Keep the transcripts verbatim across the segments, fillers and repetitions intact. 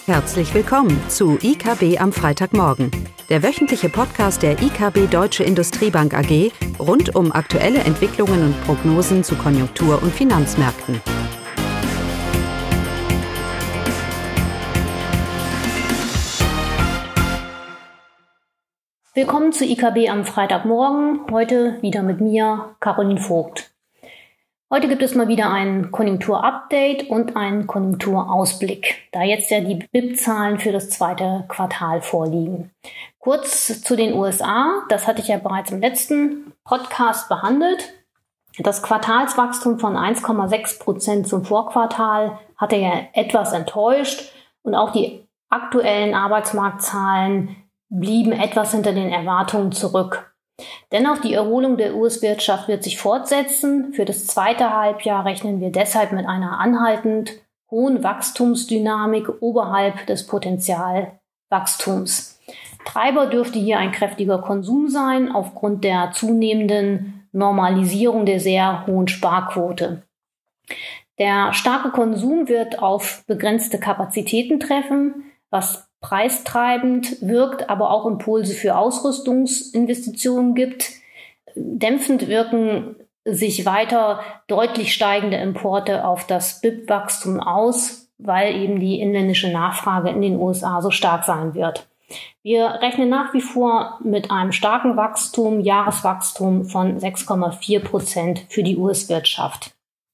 Herzlich willkommen zu I K B am Freitagmorgen, der wöchentliche Podcast der I K B Deutsche Industriebank A G rund um aktuelle Entwicklungen und Prognosen zu Konjunktur- und Finanzmärkten. Willkommen zu I K B am Freitagmorgen, heute wieder mit mir, Caroline Vogt. Heute gibt es mal wieder ein Konjunkturupdate und einen Konjunkturausblick, da jetzt ja die B I P-Zahlen für das zweite Quartal vorliegen. Kurz zu den U S A, das hatte ich ja bereits im letzten Podcast behandelt. Das Quartalswachstum von eins Komma sechs Prozent zum Vorquartal hatte ja etwas enttäuscht und auch die aktuellen Arbeitsmarktzahlen blieben etwas hinter den Erwartungen zurück. Dennoch, die Erholung der U S-Wirtschaft wird sich fortsetzen. Für das zweite Halbjahr rechnen wir deshalb mit einer anhaltend hohen Wachstumsdynamik oberhalb des Potentialwachstums. Treiber dürfte hier ein kräftiger Konsum sein, aufgrund der zunehmenden Normalisierung der sehr hohen Sparquote. Der starke Konsum wird auf begrenzte Kapazitäten treffen, was preistreibend wirkt, aber auch Impulse für Ausrüstungsinvestitionen gibt. Dämpfend wirken sich weiter deutlich steigende Importe auf das B I P-Wachstum aus, weil eben die inländische Nachfrage in den U S A so stark sein wird. Wir rechnen nach wie vor mit einem starken Wachstum, Jahreswachstum von sechs Komma vier Prozent für die U S-Wirtschaft.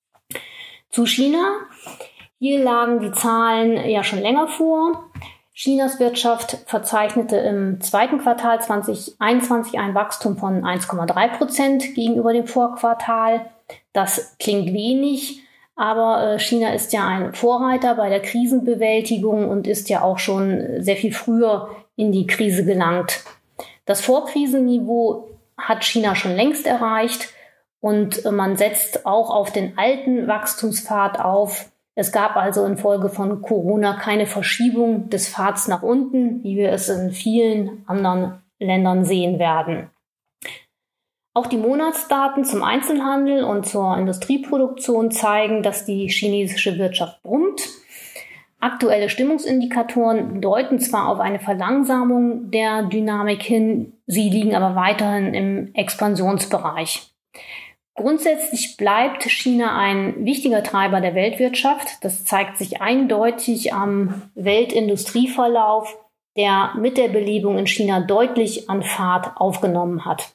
Zu China. Hier lagen die Zahlen ja schon länger vor. Chinas Wirtschaft verzeichnete im zweiten Quartal zwanzig einundzwanzig ein Wachstum von eins Komma drei Prozent gegenüber dem Vorquartal. Das klingt wenig, aber China ist ja ein Vorreiter bei der Krisenbewältigung und ist ja auch schon sehr viel früher in die Krise gelangt. Das Vorkrisenniveau hat China schon längst erreicht und man setzt auch auf den alten Wachstumspfad auf. Es gab also infolge von Corona keine Verschiebung des Pfads nach unten, wie wir es in vielen anderen Ländern sehen werden. Auch die Monatsdaten zum Einzelhandel und zur Industrieproduktion zeigen, dass die chinesische Wirtschaft brummt. Aktuelle Stimmungsindikatoren deuten zwar auf eine Verlangsamung der Dynamik hin, sie liegen aber weiterhin im Expansionsbereich. Grundsätzlich bleibt China ein wichtiger Treiber der Weltwirtschaft. Das zeigt sich eindeutig am Weltindustrieverlauf, der mit der Belebung in China deutlich an Fahrt aufgenommen hat.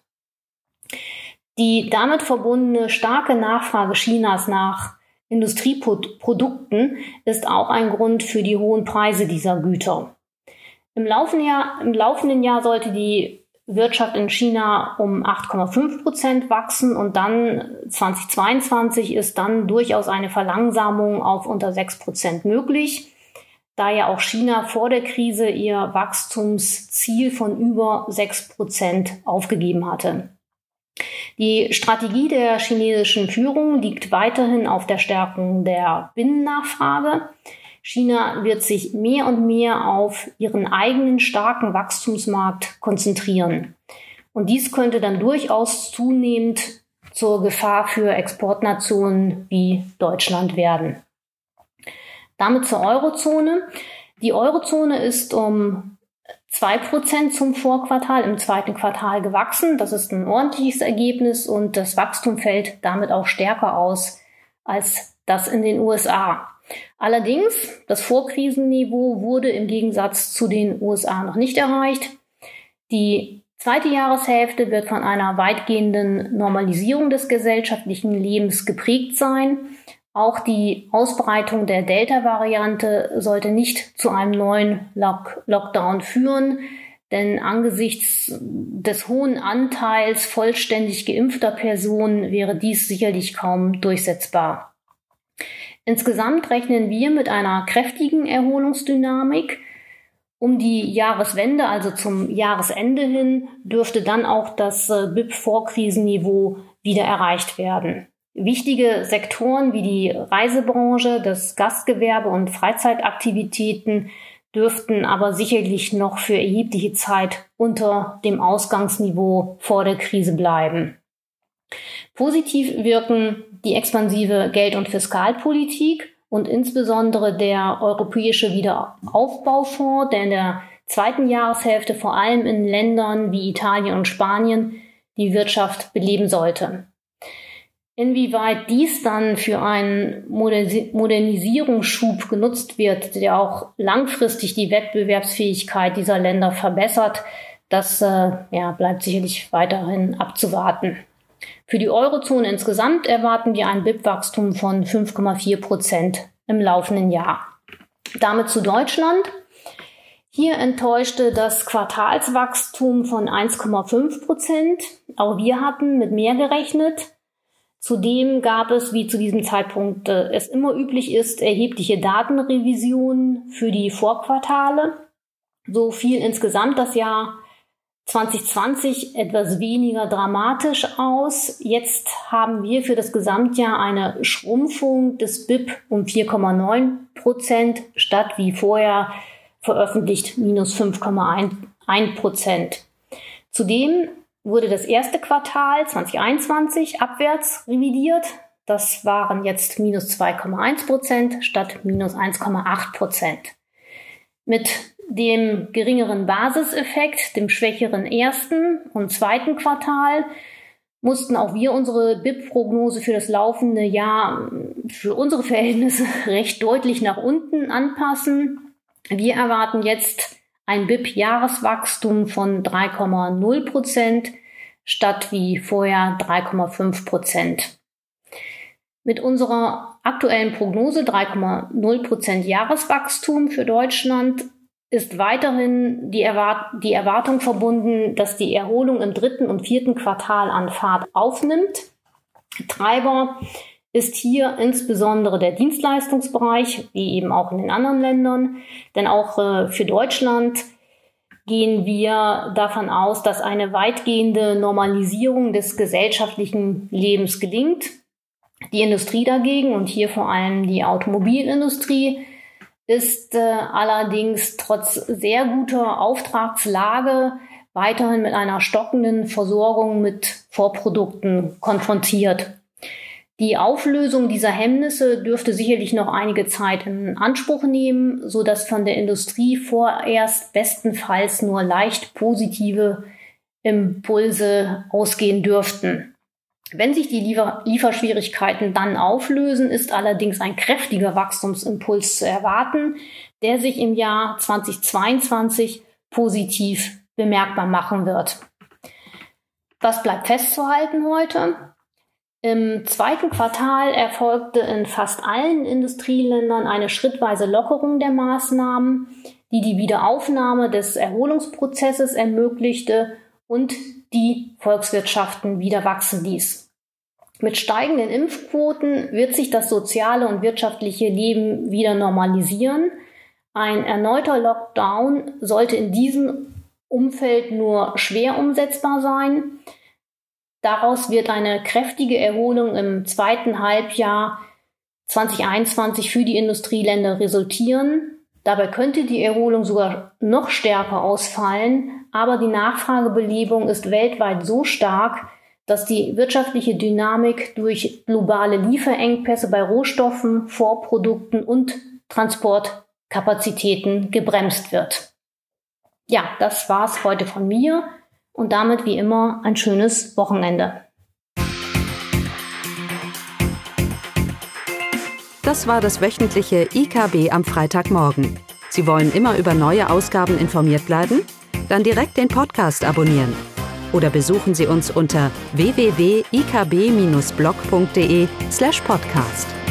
Die damit verbundene starke Nachfrage Chinas nach Industrieprodukten ist auch ein Grund für die hohen Preise dieser Güter. Im laufenden Jahr, im laufenden Jahr sollte die Wirtschaft in China um acht Komma fünf Prozent wachsen und dann zweitausendzweiundzwanzig ist dann durchaus eine Verlangsamung auf unter sechs Prozent möglich, da ja auch China vor der Krise ihr Wachstumsziel von über sechs Prozent aufgegeben hatte. Die Strategie der chinesischen Führung liegt weiterhin auf der Stärkung der Binnennachfrage. China wird sich mehr und mehr auf ihren eigenen starken Wachstumsmarkt konzentrieren. Und dies könnte dann durchaus zunehmend zur Gefahr für Exportnationen wie Deutschland werden. Damit zur Eurozone. Die Eurozone ist um zwei Prozent zum Vorquartal im zweiten Quartal gewachsen. Das ist ein ordentliches Ergebnis und das Wachstum fällt damit auch stärker aus als das in den U S A. Allerdings, das Vorkrisenniveau wurde im Gegensatz zu den U S A noch nicht erreicht. Die zweite Jahreshälfte wird von einer weitgehenden Normalisierung des gesellschaftlichen Lebens geprägt sein. Auch die Ausbreitung der Delta-Variante sollte nicht zu einem neuen Lock- Lockdown führen, denn angesichts des hohen Anteils vollständig geimpfter Personen wäre dies sicherlich kaum durchsetzbar. Insgesamt rechnen wir mit einer kräftigen Erholungsdynamik. Um die Jahreswende, also zum Jahresende hin, dürfte dann auch das B I P-Vorkrisenniveau wieder erreicht werden. Wichtige Sektoren wie die Reisebranche, das Gastgewerbe und Freizeitaktivitäten dürften aber sicherlich noch für erhebliche Zeit unter dem Ausgangsniveau vor der Krise bleiben. Positiv wirken die expansive Geld- und Fiskalpolitik und insbesondere der Europäische Wiederaufbaufonds, der in der zweiten Jahreshälfte vor allem in Ländern wie Italien und Spanien die Wirtschaft beleben sollte. Inwieweit dies dann für einen Modernisierungsschub genutzt wird, der auch langfristig die Wettbewerbsfähigkeit dieser Länder verbessert, das äh, ja, bleibt sicherlich weiterhin abzuwarten. Für die Eurozone insgesamt erwarten wir ein B I P-Wachstum von fünf Komma vier Prozent im laufenden Jahr. Damit zu Deutschland. Hier enttäuschte das Quartalswachstum von eins Komma fünf Prozent. Auch wir hatten mit mehr gerechnet. Zudem gab es, wie zu diesem Zeitpunkt äh, es immer üblich ist, erhebliche Datenrevisionen für die Vorquartale. So fiel insgesamt das Jahr zwanzig zwanzig etwas weniger dramatisch aus. Jetzt haben wir für das Gesamtjahr eine Schrumpfung des B I P um vier Komma neun Prozent statt wie vorher veröffentlicht minus fünf Komma eins Prozent. Zudem wurde das erste Quartal zwanzig einundzwanzig abwärts revidiert. Das waren jetzt minus zwei Komma eins Prozent statt minus eins Komma acht Prozent. Mit dem geringeren Basiseffekt, dem schwächeren ersten und zweiten Quartal, mussten auch wir unsere B I P-Prognose für das laufende Jahr für unsere Verhältnisse recht deutlich nach unten anpassen. Wir erwarten jetzt ein B I P-Jahreswachstum von drei Komma null Prozent statt wie vorher drei Komma fünf Prozent. Mit unserer aktuellen Prognose drei Komma null Prozent Jahreswachstum für Deutschland ist weiterhin die, Erwart- die Erwartung verbunden, dass die Erholung im dritten und vierten Quartal an Fahrt aufnimmt. Treiber ist hier insbesondere der Dienstleistungsbereich, wie eben auch in den anderen Ländern. Denn auch äh, für Deutschland gehen wir davon aus, dass eine weitgehende Normalisierung des gesellschaftlichen Lebens gelingt. Die Industrie dagegen, und hier vor allem die Automobilindustrie, ist äh, allerdings trotz sehr guter Auftragslage weiterhin mit einer stockenden Versorgung mit Vorprodukten konfrontiert. Die Auflösung dieser Hemmnisse dürfte sicherlich noch einige Zeit in Anspruch nehmen, so dass von der Industrie vorerst bestenfalls nur leicht positive Impulse ausgehen dürften. Wenn sich die Liefer- Lieferschwierigkeiten dann auflösen, ist allerdings ein kräftiger Wachstumsimpuls zu erwarten, der sich im Jahr zweitausendzweiundzwanzig positiv bemerkbar machen wird. Was bleibt festzuhalten heute? Im zweiten Quartal erfolgte in fast allen Industrieländern eine schrittweise Lockerung der Maßnahmen, die die Wiederaufnahme des Erholungsprozesses ermöglichte und die Volkswirtschaften wieder wachsen ließ. Mit steigenden Impfquoten wird sich das soziale und wirtschaftliche Leben wieder normalisieren. Ein erneuter Lockdown sollte in diesem Umfeld nur schwer umsetzbar sein. Daraus wird eine kräftige Erholung im zweiten Halbjahr zwanzig einundzwanzig für die Industrieländer resultieren. Dabei könnte die Erholung sogar noch stärker ausfallen, aber die Nachfragebelebung ist weltweit so stark, dass die wirtschaftliche Dynamik durch globale Lieferengpässe bei Rohstoffen, Vorprodukten und Transportkapazitäten gebremst wird. Ja, das war's heute von mir. Und damit wie immer ein schönes Wochenende. Das war das wöchentliche I K B am Freitagmorgen. Sie wollen immer über neue Ausgaben informiert bleiben? Dann direkt den Podcast abonnieren. Oder besuchen Sie uns unter w w w punkt i k b bindestrich blog punkt d e slash podcast.